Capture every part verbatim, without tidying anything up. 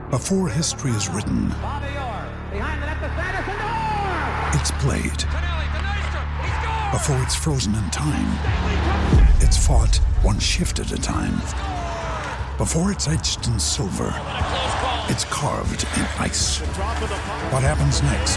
Before history is written, it's played. Before it's frozen in time, it's fought one shift at a time. Before it's etched in silver, it's carved in ice. What happens next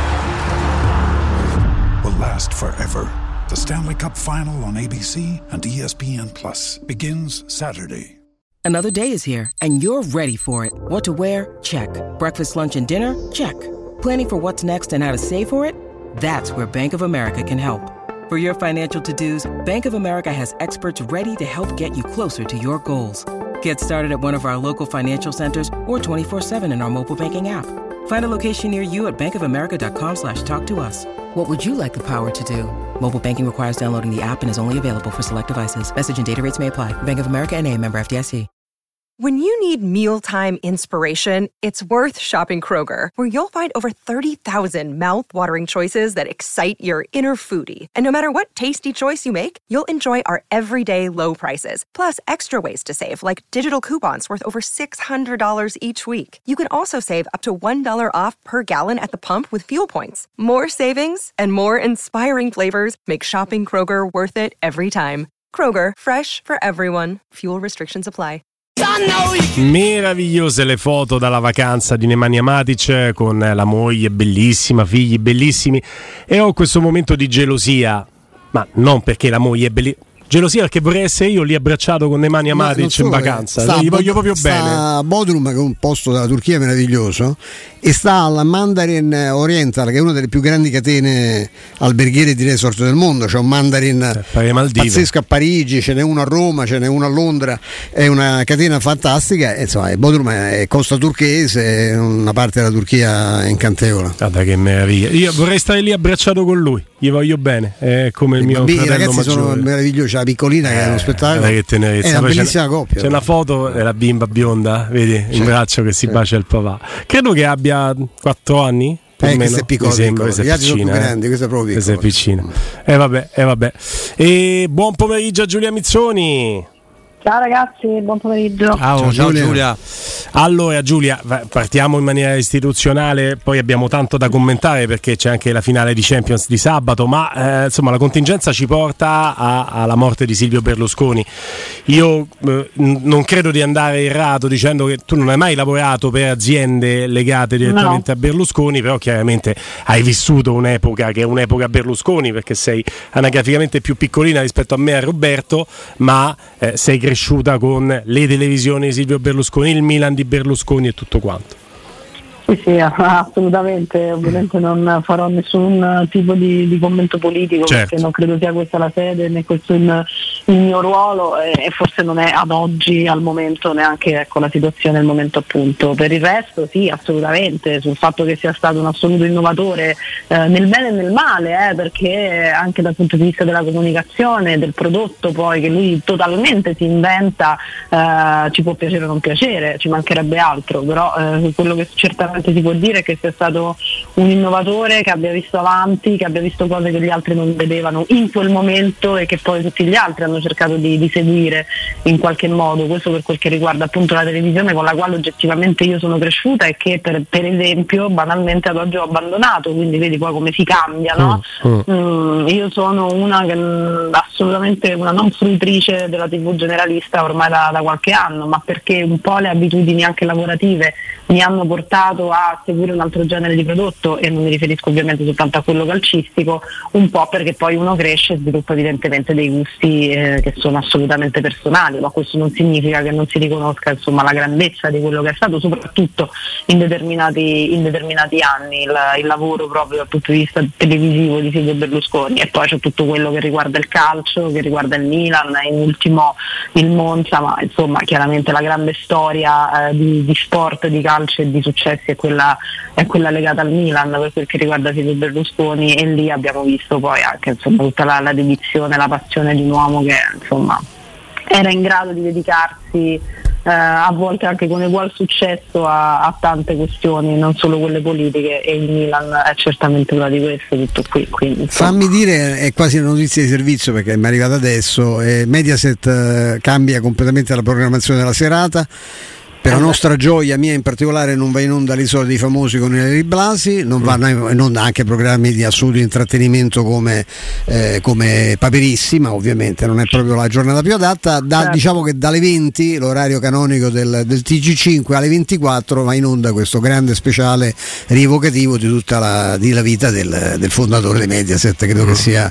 will last forever. The Stanley Cup Final on A B C and E S P N Plus begins Saturday. Another day is here, and you're ready for it. What to wear? Check. Breakfast, lunch, and dinner? Check. Planning for what's next and how to save for it? That's where Bank of America can help. For your financial to-dos, Bank of America has experts ready to help get you closer to your goals. Get started at one of our local financial centers or twenty-four seven in our mobile banking app. Find a location near you at bankofamerica.com slash talk to us. What would you like the power to do? Mobile banking requires downloading the app and is only available for select devices. Message and data rates may apply. Bank of America N A, member F D I C. When you need mealtime inspiration, it's worth shopping Kroger, where you'll find over thirty thousand mouth-watering choices that excite your inner foodie. And no matter what tasty choice you make, you'll enjoy our everyday low prices, plus extra ways to save, like digital coupons worth over six hundred dollars each week. You can also save up to one dollar off per gallon at the pump with fuel points. More savings and more inspiring flavors make shopping Kroger worth it every time. Kroger, fresh for everyone. Fuel restrictions apply. Meravigliose le foto dalla vacanza di Nemanja Matic con la moglie bellissima, figli bellissimi, e ho questo momento di gelosia, ma non perché la moglie è bellissima, gelosia perché vorrei essere io lì abbracciato con Nemanja Matic in vacanza. Sta gli Bod- voglio proprio sta bene. A Bodrum, che è un posto della Turchia meraviglioso, e sta alla Mandarin Oriental, che è una delle più grandi catene alberghiere di resort del mondo. C'è un Mandarin eh, pazzesco a Parigi, ce n'è uno a Roma, ce n'è uno a Londra, è una catena fantastica. E insomma, Bodrum è costa turchese, è una parte della Turchia incantevole. Guarda che meraviglia, io vorrei stare lì abbracciato con lui, gli voglio bene, è come il I mio bambini, fratello i ragazzi maggiore. sono meravigliosi, c'è la piccolina che è uno spettacolo, che tenerezza. è una Poi bellissima c'è, coppia. c'è una foto della bimba bionda, vedi, in C'è. braccio che si C'è. bacia il papà. Credo che abbia quattro anni. più Eh, o meno. questa è piccola, Mi sembra, piccola. questa è Gli altri sono piccina, più eh. grandi, questa è proprio Questa è piccola. piccina. E eh, vabbè, e eh, vabbè. E buon pomeriggio a Giulia Mizzoni. Ciao ragazzi, buon pomeriggio. Ciao, Ciao, ciao Giulia. Giulia. Allora Giulia, partiamo in maniera istituzionale, poi abbiamo tanto da commentare perché c'è anche la finale di Champions di sabato, ma eh, insomma la contingenza ci porta a, alla morte di Silvio Berlusconi. Io eh, non credo di andare errato dicendo che tu non hai mai lavorato per aziende legate direttamente No. a Berlusconi, però chiaramente hai vissuto un'epoca che è un'epoca Berlusconi, perché sei anagraficamente più piccolina rispetto a me e a Roberto, ma eh, sei cresciuta con le televisioni di Silvio Berlusconi, il Milan di Berlusconi e tutto quanto. Sì, sì, assolutamente. Ovviamente non farò nessun tipo di, di commento politico, certo, perché non credo sia questa la sede né questo il, il mio ruolo, e, e forse non è ad oggi, al momento, neanche ecco, la situazione, il momento appunto. Per il resto sì, assolutamente, sul fatto che sia stato un assoluto innovatore eh, nel bene e nel male, eh, perché anche dal punto di vista della comunicazione, del prodotto poi che lui totalmente si inventa, eh, ci può piacere o non piacere, ci mancherebbe altro, però eh, quello che certamente si può dire che sia stato un innovatore che abbia visto avanti, che abbia visto cose che gli altri non vedevano in quel momento e che poi tutti gli altri hanno cercato di, di seguire in qualche modo. Questo per quel che riguarda appunto la televisione, con la quale oggettivamente io sono cresciuta e che per, per esempio banalmente ad oggi ho abbandonato, quindi vedi poi come si cambia, no? Mm, mm. Mm, io sono una che mh, assolutamente una non fruitrice della tivù generalista ormai da, da qualche anno, ma perché un po' le abitudini anche lavorative mi hanno portato a seguire un altro genere di prodotto, e non mi riferisco ovviamente soltanto a quello calcistico, un po' perché poi uno cresce e sviluppa evidentemente dei gusti eh, che sono assolutamente personali, ma questo non significa che non si riconosca insomma la grandezza di quello che è stato, soprattutto in determinati, in determinati anni, il, il lavoro proprio dal punto di vista televisivo di Silvio Berlusconi. E poi c'è tutto quello che riguarda il calcio, che riguarda il Milan, in ultimo il Monza, ma insomma chiaramente la grande storia eh, di, di sport, di calcio e di successi è quella, è quella legata al Milan per quel che riguarda Silvio Berlusconi, e lì abbiamo visto poi anche insomma tutta la, la dedizione, la passione di un uomo che insomma era in grado di dedicarsi eh, a volte anche con ugual successo a, a tante questioni, non solo quelle politiche, e il Milan è certamente una di queste. Tutto qui, quindi, insomma. Fammi dire, è quasi una notizia di servizio perché mi è arrivata adesso, eh, Mediaset eh, cambia completamente la programmazione della serata. Per la nostra gioia, mia in particolare, non va in onda l'Isola dei Famosi con Ilaria Blasi, non vanno in onda anche programmi di assoluto intrattenimento come, eh, come Paperissima, ovviamente non è proprio la giornata più adatta. Da, certo. Diciamo che dalle venti, l'orario canonico del, del T G cinque, alle ventiquattro va in onda questo grande speciale rievocativo di tutta la, di la vita del, del fondatore di Mediaset. Credo mm. che sia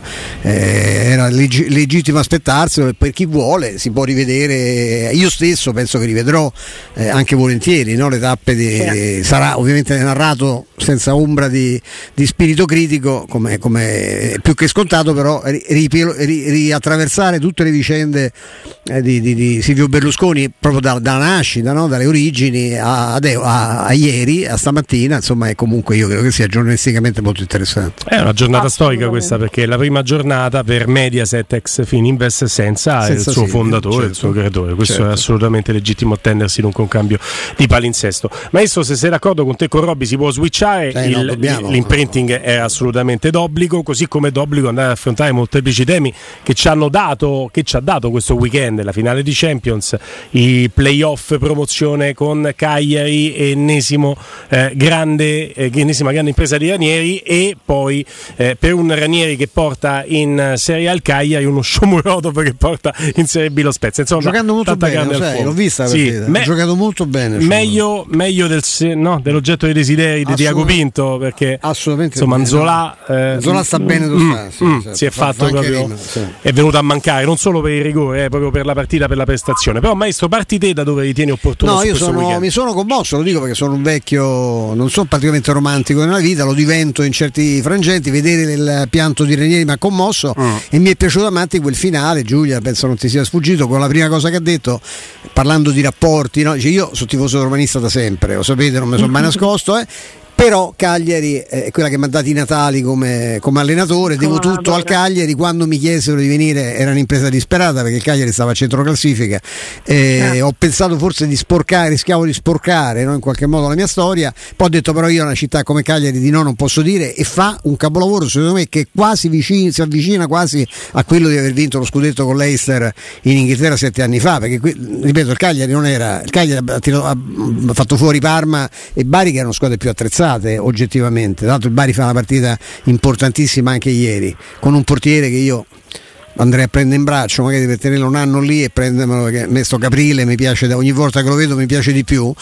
eh, era leg- legittimo aspettarselo, e per chi vuole si può rivedere. Io stesso penso che rivedrò Eh, anche volentieri, no? Le tappe di, sì. Sarà ovviamente narrato senza ombra di, di spirito critico, come, come più che scontato, però ri, ri, ri, riattraversare tutte le vicende eh, di, di, di Silvio Berlusconi proprio da, dalla nascita, no? Dalle origini a, a, a, a ieri, a stamattina, insomma, è comunque, io credo che sia giornalisticamente molto interessante. È una giornata storica questa, perché è la prima giornata per Mediaset ex Fininvest senza, senza il suo sì, fondatore, certo. il suo creatore. Questo certo. È assolutamente legittimo attendersi in un cambio di palinsesto. Maestro, se sei d'accordo con te, con Robby si può switchare, eh, il, no, dobbiamo, l'imprinting no. è assolutamente d'obbligo, così come d'obbligo andare ad affrontare molteplici temi che ci hanno dato, che ci ha dato questo weekend, la finale di Champions, i playoff, promozione con Cagliari, ennesimo eh, grande eh, ennesima grande impresa di Ranieri, e poi eh, per un Ranieri che porta in Serie A il Cagliari, uno Shomurodov che porta in Serie B lo Spezia. Insomma, giocando molto bene, sai, l'ho vista, sì, me- ha giocato molto bene, meglio, meglio del, no, dell'oggetto dei desideri di Diago Pinto, perché assolutamente insomma Nzola eh, Nzola sta bene dove sta, sì, mm, certo. si è fatto proprio rima, sì. È venuto a mancare non solo per il rigore, eh, proprio per la partita, per la prestazione. Però maestro, parti te da dove ritieni opportuno. No, io sono, mi sono commosso, lo dico perché sono un vecchio, non sono particolarmente romantico nella vita, lo divento in certi frangenti. Vedere il pianto di Ranieri mi ha commosso mm. e mi è piaciuto amanti quel finale. Giulia, penso non ti sia sfuggito, con la prima cosa che ha detto, parlando di rapporti, no? Dice, io sono tifoso romanista da sempre, lo sapete, non mi sono mai nascosto, eh. Però Cagliari è quella che mi ha dato i Natali come, come allenatore, devo come tutto al Cagliari. Quando mi chiesero di venire era un'impresa disperata, perché il Cagliari stava a centro classifica, e eh. ho pensato forse di sporcare, rischiavo di sporcare, no, in qualche modo la mia storia. Poi ho detto, però io una città come Cagliari di no non posso dire, e fa un capolavoro secondo me che quasi vicino, si avvicina quasi a quello di aver vinto lo scudetto con l'Eister in Inghilterra sette anni fa, perché qui, ripeto, il Cagliari non era, il Cagliari ha, tirato, ha fatto fuori Parma e Bari, che erano squadre più attrezzate oggettivamente. Tanto il Bari fa una partita importantissima anche ieri, con un portiere che io andrei a prendere in braccio magari per tenerlo un anno lì e prendermelo, perché me sto Caprile mi piace, da, ogni volta che lo vedo mi piace di più,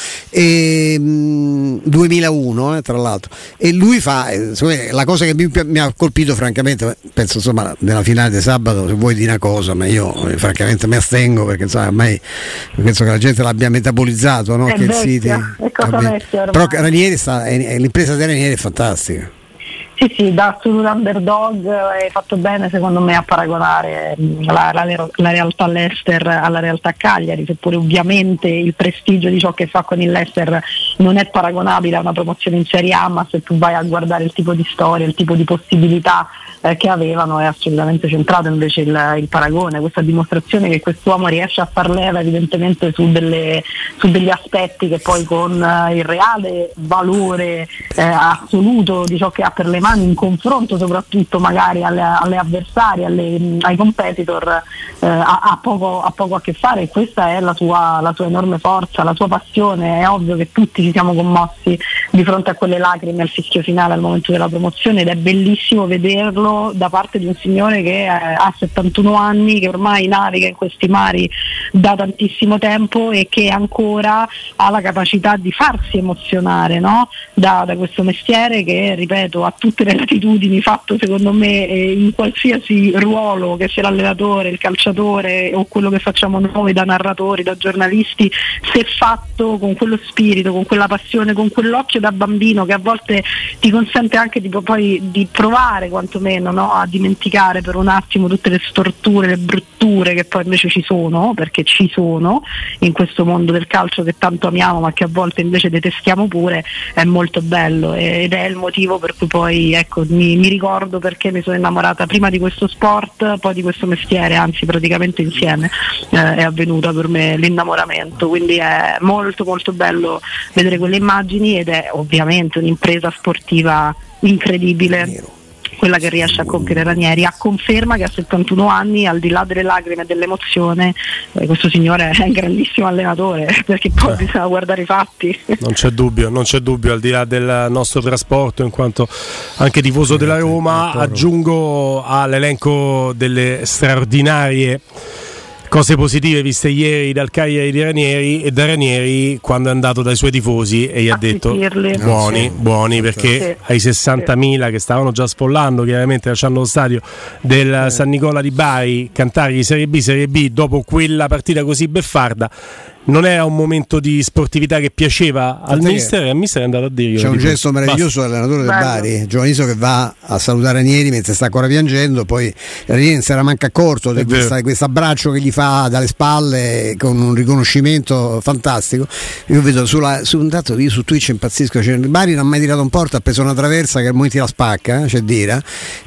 e mh, duemilauno eh, tra l'altro, e lui fa eh, la cosa che mi, mi ha colpito francamente. Penso insomma nella finale di sabato, se vuoi dire una cosa, ma io eh, francamente mi astengo, perché insomma ormai penso che la gente l'abbia metabolizzato, no? È che vecchia, il City, è cosa vecchia ormai. Però Ranieri sta, è, è, l'impresa di Ranieri è fantastica. Sì, sì, da assoluto underdog hai fatto bene secondo me a paragonare la, la, la realtà Leicester alla realtà Cagliari, seppure ovviamente il prestigio di ciò che fa con il Leicester non è paragonabile a una promozione in Serie A, ma se tu vai a guardare il tipo di storia, il tipo di possibilità eh, che avevano, è assolutamente centrato invece il, il paragone, questa dimostrazione che quest'uomo riesce a far leva evidentemente su, delle, su degli aspetti che poi con eh, il reale valore eh, assoluto di ciò che ha per le mani in confronto soprattutto magari alle, alle avversarie, alle, ai competitor, eh, ha, ha, poco, ha poco a che fare, e questa è la sua, la sua enorme forza, la sua passione. È ovvio che tutti ci siamo commossi di fronte a quelle lacrime al fischio finale al momento della promozione, ed è bellissimo vederlo da parte di un signore che eh, ha settantuno anni, che ormai naviga in questi mari da tantissimo tempo e che ancora ha la capacità di farsi emozionare, no? da, da questo mestiere che, ripeto, ha tutte le latitudini, fatto secondo me eh, in qualsiasi ruolo, che sia l'allenatore, il calciatore o quello che facciamo noi da narratori, da giornalisti, se fatto con quello spirito, con quella passione, con quell'occhio da bambino che a volte ti consente anche di, poi, di provare quantomeno, no? A dimenticare per un attimo tutte le storture, le brutture che poi invece ci sono, perché ci sono in questo mondo del calcio che tanto amiamo ma che a volte invece detestiamo pure. È molto bello ed è il motivo per cui poi ecco mi, mi ricordo perché mi sono innamorata prima di questo sport, poi di questo mestiere, anzi praticamente insieme eh, è avvenuta per me l'innamoramento, quindi è molto molto bello vedere quelle immagini, ed è ovviamente un'impresa sportiva incredibile quella che riesce a compiere Ranieri, a conferma che a settantuno anni, al di là delle lacrime e dell'emozione, eh, questo signore è un grandissimo allenatore, perché poi eh. bisogna guardare i fatti. Non c'è dubbio, non c'è dubbio, al di là del nostro trasporto, in quanto anche tifoso della Roma, aggiungo all'elenco delle straordinarie cose positive viste ieri dal Cagliari di Ranieri, e da Ranieri quando è andato dai suoi tifosi e gli ha detto buoni, sì. buoni perché sì. ai sessantamila che stavano già sfollando, chiaramente lasciando lo stadio del sì. San Nicola di Bari, cantargli Serie B, Serie B dopo quella partita così beffarda non era un momento di sportività che piaceva al mister, e al mister è andato a dire c'è un dico, gesto meraviglioso dell'allenatore del Bari, Giovaniso, che va a salutare Ranieri mentre sta ancora piangendo, poi Ranieri non si era manco accorto di questo abbraccio che gli fa dalle spalle con un riconoscimento fantastico. Io vedo sulla, su un dato, io su Twitch impazzisco, cioè, il Bari non ha mai tirato un porta, ha preso una traversa che al momento la spacca, c'è dire,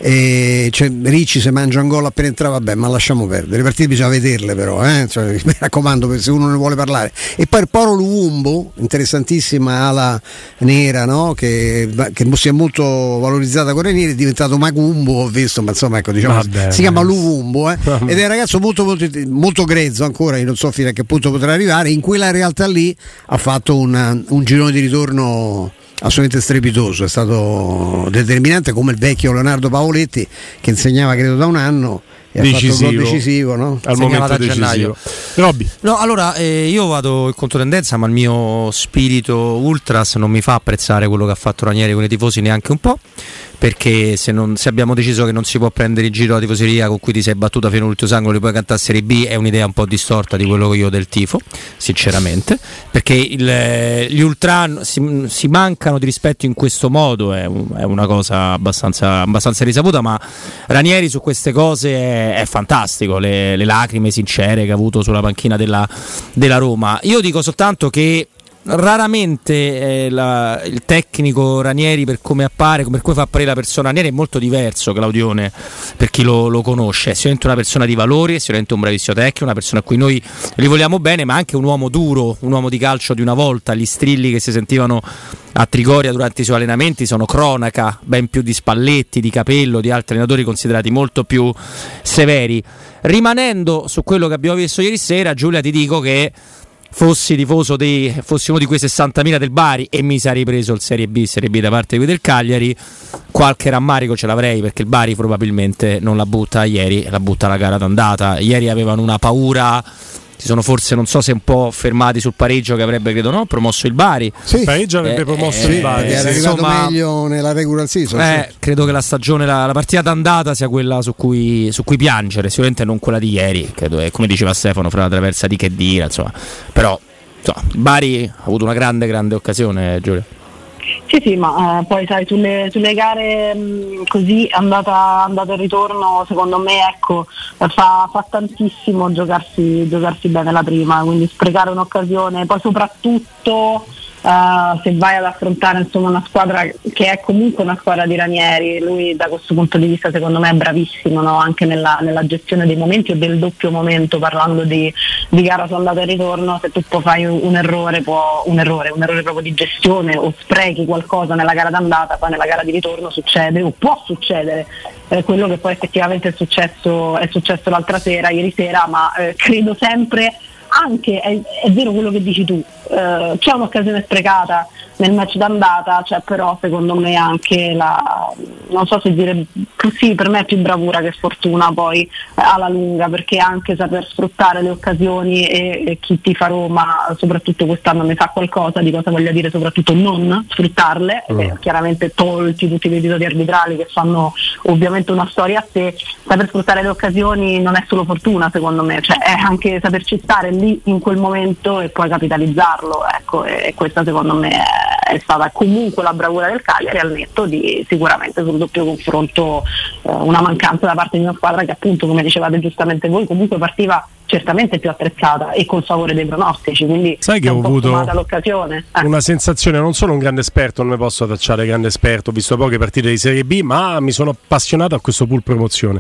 e cioè, Ricci se mangia un gol appena entra, vabbè, ma lasciamo perdere, le partite bisogna vederle però, eh? Cioè, mi raccomando, se uno ne vuole parlare. E poi il Poro Luumbo, interessantissima ala nera, no? che, che si è molto valorizzata con Ranieri, è diventato Magumbo, ho visto, ma insomma, ecco, diciamo, Vabbè, si chiama Luumbo, eh? ed è un ragazzo molto, molto, molto grezzo ancora, io non so fino a che punto potrà arrivare. In quella realtà lì ha fatto una, un girone di ritorno assolutamente strepitoso, è stato determinante, come il vecchio Leonardo Pavoletti che insegnava credo da un anno e decisivo, ha fatto un gol decisivo, no? Al momento decisivo. Robby. No, allora eh, io vado in controtendenza, ma il mio spirito ultras non mi fa apprezzare quello che ha fatto Ranieri con i tifosi neanche un po', perché se, non, se abbiamo deciso che non si può prendere in giro la tifoseria con cui ti sei battuta fino all'ultimo sangue e poi cantare a Serie B, è un'idea un po' distorta di quello che io ho del tifo, sinceramente, perché il, gli ultra si, si mancano di rispetto in questo modo, è, un, è una cosa abbastanza, abbastanza risaputa, ma Ranieri su queste cose è, è fantastico, le, le lacrime sincere che ha avuto sulla panchina della, della Roma. Io dico soltanto che raramente eh, la, il tecnico Ranieri, per come appare, per come fa apparire la persona Ranieri, è molto diverso, Claudione, per chi lo, lo conosce. È sicuramente una persona di valori, è sicuramente un bravissimo tecnico, una persona a cui noi li vogliamo bene, ma anche un uomo duro, un uomo di calcio di una volta. Gli strilli che si sentivano a Trigoria durante i suoi allenamenti sono cronaca, ben più di Spalletti, di Capello, di altri allenatori considerati molto più severi. Rimanendo su quello che abbiamo visto ieri sera, Giulia, ti dico che fossi tifoso di, fossi uno di quei sessantamila del Bari e mi sarei preso il Serie B, Serie B da parte di del Cagliari, qualche rammarico ce l'avrei, perché il Bari probabilmente non la butta ieri, la butta la gara d'andata. Ieri avevano una paura, si sono forse, non so se un po' fermati sul pareggio che avrebbe, credo, no, promosso il Bari. Sì. Il pareggio avrebbe eh, promosso eh, il Bari, eh, era arrivato insomma, meglio nella regular season. Eh, sì. Credo che la stagione, la, la partita d'andata sia quella su cui, su cui piangere, sicuramente non quella di ieri, credo, e come diceva Stefano, fra la traversa di che dire, insomma. Però insomma, il Bari ha avuto una grande grande occasione, Giulio. Sì, sì, ma eh, poi sai, sulle, sulle gare mh, così andata, andata e ritorno, secondo me, ecco, fa, fa tantissimo giocarsi, giocarsi bene la prima, quindi sprecare un'occasione, poi soprattutto Uh, se vai ad affrontare insomma una squadra che è comunque una squadra di Ranieri, lui da questo punto di vista secondo me è bravissimo, no? Anche nella, nella gestione dei momenti o del doppio momento, parlando di, di gara su andata e ritorno. Se tu poi fai un, un errore, può, un errore, un errore proprio di gestione o sprechi qualcosa nella gara d'andata, poi nella gara di ritorno succede o può succedere eh, quello che poi effettivamente è successo, è successo l'altra sera, ieri sera, ma eh, credo sempre. Anche è, è vero quello che dici tu, eh, c'è un'occasione sprecata nel match d'andata, cioè, però secondo me anche la, non so se dire, sì, per me è più bravura che fortuna poi eh, alla lunga, perché anche saper sfruttare le occasioni e, e chi ti fa Roma, soprattutto quest'anno, ne sa qualcosa di cosa voglia dire soprattutto non sfruttarle, mm. e chiaramente tolti tutti gli episodi arbitrali che fanno ovviamente una storia a sé. Saper sfruttare le occasioni non è solo fortuna, secondo me, cioè è anche saperci stare lì in quel momento e poi capitalizzarlo, ecco, e questa secondo me è, è stata comunque la bravura del Cagliari, al netto di sicuramente sul doppio confronto eh, una mancanza da parte di una squadra che, appunto, come dicevate giustamente voi, comunque partiva certamente più attrezzata e col favore dei pronostici, quindi sai che ho avuto l'occasione. Eh. una sensazione, non sono un grande esperto, non mi posso tacciare grande esperto, ho visto poche partite di Serie B, ma mi sono appassionato a questo pool promozione,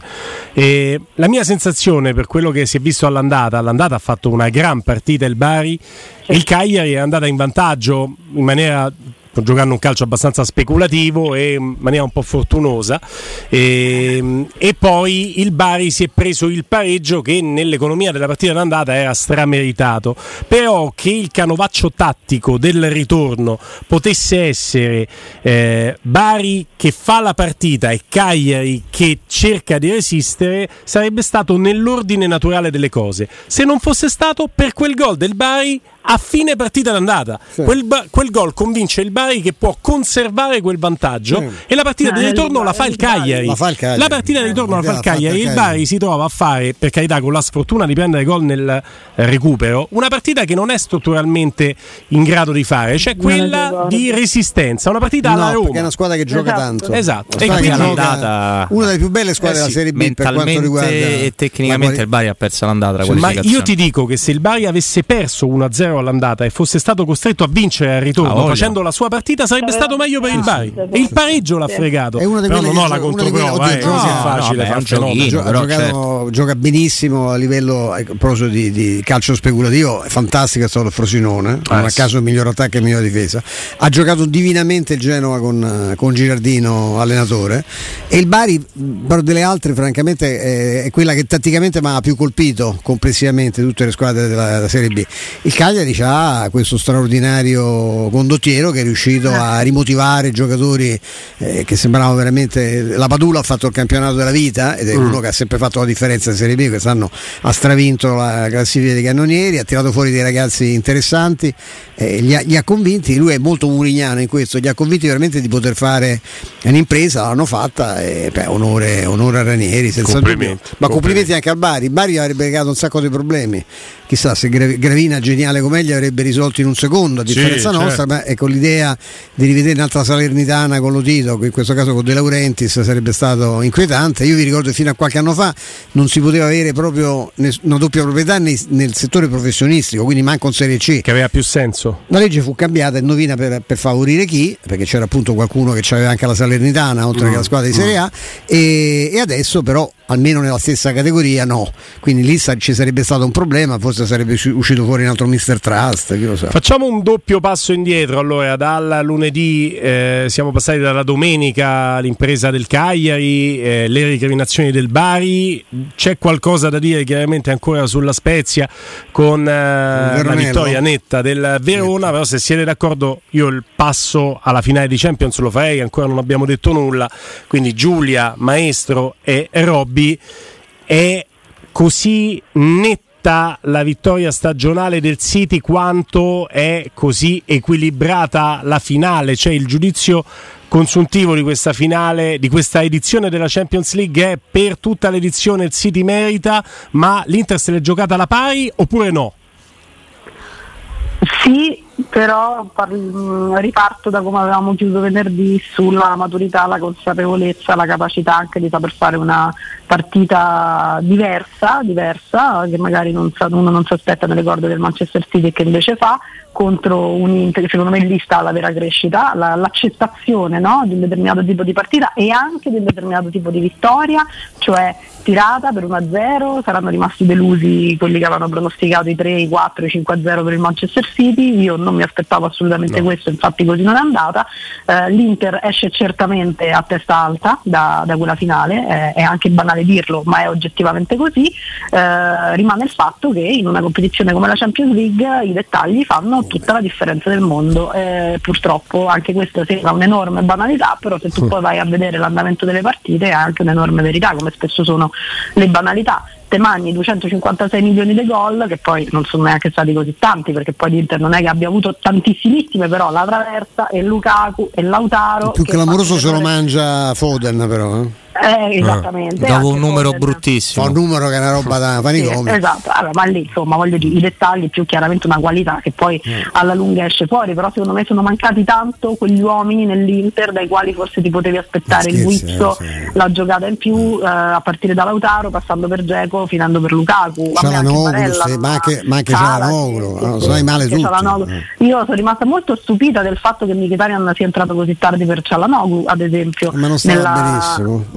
e la mia sensazione, per quello che si è visto all'andata, all'andata ha fatto una gran partita il Bari, sì. Il Cagliari è andata in vantaggio in maniera giocando un calcio abbastanza speculativo e in maniera un po' fortunosa, e, e poi il Bari si è preso il pareggio che nell'economia della partita d'andata era strameritato, però che il canovaccio tattico del ritorno potesse essere eh, Bari che fa la partita e Cagliari che cerca di resistere sarebbe stato nell'ordine naturale delle cose, se non fosse stato per quel gol del Bari a fine partita d'andata. Sì. Quel, ba- quel gol convince il Bari che può conservare quel vantaggio, sì. e la partita di ritorno la fa il Cagliari. La, fa il Cagliari. La partita di ritorno eh, la fa il Cagliari e il Bari si trova a fare, per carità, con la sfortuna di prendere gol nel eh, recupero, una partita che non è strutturalmente in grado di fare, cioè quella di resistenza, una partita alla no, Roma. Perché è una squadra che gioca esatto. tanto. Esatto. E quindi andata... una delle più belle squadre eh sì, della Serie B per quanto riguarda e tecnicamente il Bari ha perso l'andata. Ma io ti dico che se il Bari avesse perso uno a zero all'andata e fosse stato costretto a vincere al ritorno ah, facendo la sua partita, sarebbe eh, stato meglio per il Bari, e il pareggio l'ha fregato. È una di però non ho la gio- controprova, eh, non è facile, no, giochino, gio- però, giocato, certo. Gioca benissimo a livello a proposito di, di calcio speculativo, è fantastico, è stato il Frosinone, eh, non a caso il miglior attacco e il miglior difesa. Ha giocato divinamente il Genova con, con Girardino allenatore, e il Bari però delle altre francamente è, è quella che tatticamente mi ha più colpito complessivamente tutte le squadre della, della Serie B. Il Cagliari ha questo straordinario condottiero che è riuscito a rimotivare giocatori eh, che sembravano veramente. La Padula ha fatto il campionato della vita ed è mm. uno che ha sempre fatto la differenza in Serie B, quest'anno ha stravinto la classifica dei cannonieri, ha tirato fuori dei ragazzi interessanti, eh, li, ha, li ha convinti, lui è molto murignano in questo, li ha convinti veramente di poter fare un'impresa, l'hanno fatta, e beh, onore, onore a Ranieri senza complimenti, dubbio, ma complimenti. complimenti anche al Bari. Il Bari avrebbe creato un sacco di problemi, chissà se Gravina geniale come gli avrebbe risolto in un secondo a differenza sì, nostra, certo. Ma è con l'idea di rivedere un'altra Salernitana con Lotito, in questo caso con De Laurentiis, sarebbe stato inquietante. Io vi ricordo che fino a qualche anno fa non si poteva avere proprio una doppia proprietà nel, nel settore professionistico, quindi manco in Serie C, che aveva più senso. La legge fu cambiata, indovina per, per favorire chi, perché c'era appunto qualcuno che aveva anche la Salernitana oltre mm. che la squadra di Serie A, e, e adesso però almeno nella stessa categoria no, quindi lì ci sarebbe stato un problema, forse sarebbe uscito fuori un altro mister Trust, chi lo sa. Facciamo un doppio passo indietro, allora dal lunedì eh, siamo passati dalla domenica all'impresa del Cagliari, eh, le recriminazioni del Bari, c'è qualcosa da dire chiaramente ancora sulla Spezia con eh, la vittoria netta del Verona, però se siete d'accordo io il passo alla finale di Champions lo farei, ancora non abbiamo detto nulla, quindi Giulia, Maestro e Robby, è così netta la vittoria stagionale del City quanto è così equilibrata la finale, cioè il giudizio consuntivo di questa finale, di questa edizione della Champions League è: per tutta l'edizione il City merita, ma l'Inter se l'è giocata alla pari oppure no? Sì, però parli, riparto da come avevamo chiuso venerdì sulla maturità, la consapevolezza, la capacità anche di saper fare una partita diversa, diversa che magari non sa, uno non si aspetta nelle corde del Manchester City e che invece fa, contro un Inter che secondo me lì sta la vera crescita, la, l'accettazione, no, di un determinato tipo di partita e anche di un determinato tipo di vittoria, cioè tirata per uno a zero, saranno rimasti delusi quelli che avevano pronosticato i tre, i quattro, i cinque a zero per il Manchester City. Io non mi aspettavo assolutamente no. questo, infatti così non è andata. eh, l'Inter esce certamente a testa alta da, da quella finale, eh, è anche banale dirlo ma è oggettivamente così. eh, rimane il fatto che in una competizione come la Champions League i dettagli fanno tutta la differenza del mondo, eh, purtroppo anche questa sembra un'enorme banalità, però se tu poi vai a vedere l'andamento delle partite è anche un'enorme verità, come spesso sono le banalità. Te mangi duecentocinquantasei milioni di gol, che poi non sono neanche stati così tanti, perché poi l'Inter non è che abbia avuto tantissimissime, però la Traversa e Lukaku e Lautaro. Il più clamoroso se lo mangia Foden, però eh. Eh, esattamente. Dopo un numero Foden. bruttissimo. Fa un numero che è una roba da fanicomi. Sì, esatto, allora, ma lì insomma voglio dire, i dettagli più chiaramente una qualità che poi mm. alla lunga esce fuori, però secondo me sono mancati tanto quegli uomini nell'Inter dai quali forse ti potevi aspettare scherzi, il guizzo, eh, sì. la giocata in più, eh, a partire da Lautaro, passando per Dzeko, finendo per Lukaku. Cialanoglu, sì, ma anche, ma anche Cialanoglu, no, sai male tutto. Eh. Io sono rimasta molto stupita del fatto che Mkhitaryan sia entrato così tardi per Cialanoglu, ad esempio. Ma non stava nella... benissimo.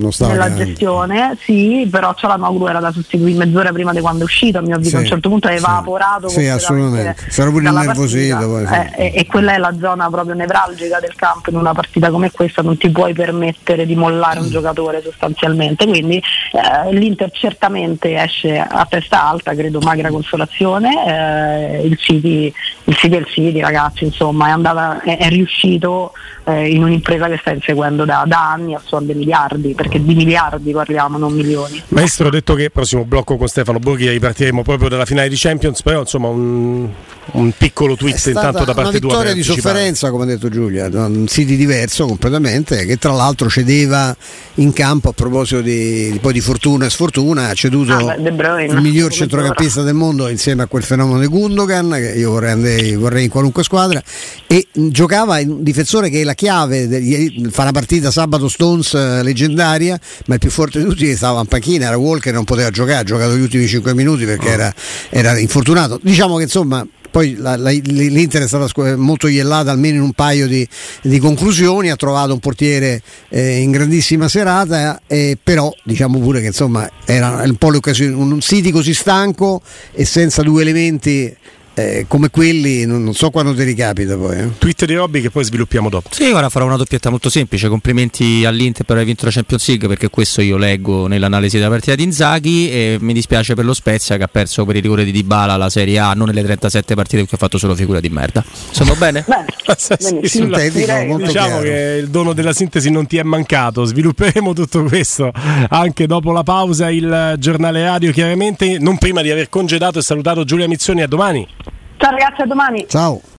non stava nella grande. gestione, sì, però Çalhanoğlu era da sostituire mezz'ora prima di quando è uscito, a mio avviso, sì, a un certo punto è evaporato. Sì, assolutamente. Sarà pure innervosito poi, sì. eh, e, e quella è la zona proprio nevralgica del campo. In una partita come questa non ti puoi permettere di mollare un giocatore sostanzialmente, quindi eh, l'Inter certamente esce a testa alta, credo magra consolazione, eh, il City il City è il City, ragazzi, insomma è, andata, è, è riuscito eh, in un'impresa che sta inseguendo da, da anni a suon dei miliardi, perché di miliardi parliamo, non milioni. Maestro, ho detto che prossimo blocco con Stefano Borghi ripartiremo proprio dalla finale di Champions, però insomma un, un piccolo tweet intanto da parte tua. Una vittoria di sofferenza, come ha detto Giulia, un City diverso completamente, che tra l'altro cedeva in campo a proposito di, di poi di fortuna e sfortuna, ha ceduto ah, beh, Bruyne, il miglior centrocampista del mondo insieme a quel fenomeno di Gundogan, che io vorrei, andare, vorrei in qualunque squadra, e giocava un difensore che è la chiave, fa una partita sabato Stones leggendaria, ma il più forte di tutti stava in panchina, era Walker, non poteva giocare, ha giocato gli ultimi cinque minuti perché era, era infortunato. Diciamo che insomma poi la, la, l'Inter è stata molto iellata almeno in un paio di, di conclusioni, ha trovato un portiere eh, in grandissima serata, eh, però diciamo pure che insomma era un po' l'occasione, un City così stanco e senza due elementi Eh, come quelli, non, non so quando ti ricapita poi. Eh. Tweet di Robby che poi sviluppiamo dopo. Sì, ora farò una doppietta molto semplice. Complimenti all'Inter per aver vinto la Champions League, perché questo io leggo nell'analisi della partita di Inzaghi, e mi dispiace per lo Spezia che ha perso per il rigore di Dybala la Serie A, non nelle trentasette partite in cui ha fatto solo figura di merda. Sono bene? Beh, sì, sulla, diciamo chiaro. Che il dono della sintesi non ti è mancato. Svilupperemo tutto questo anche dopo la pausa. Il giornale radio, chiaramente, non prima di aver congedato e salutato Giulia Mizzoni. A domani. Ciao ragazzi, a domani. Ciao.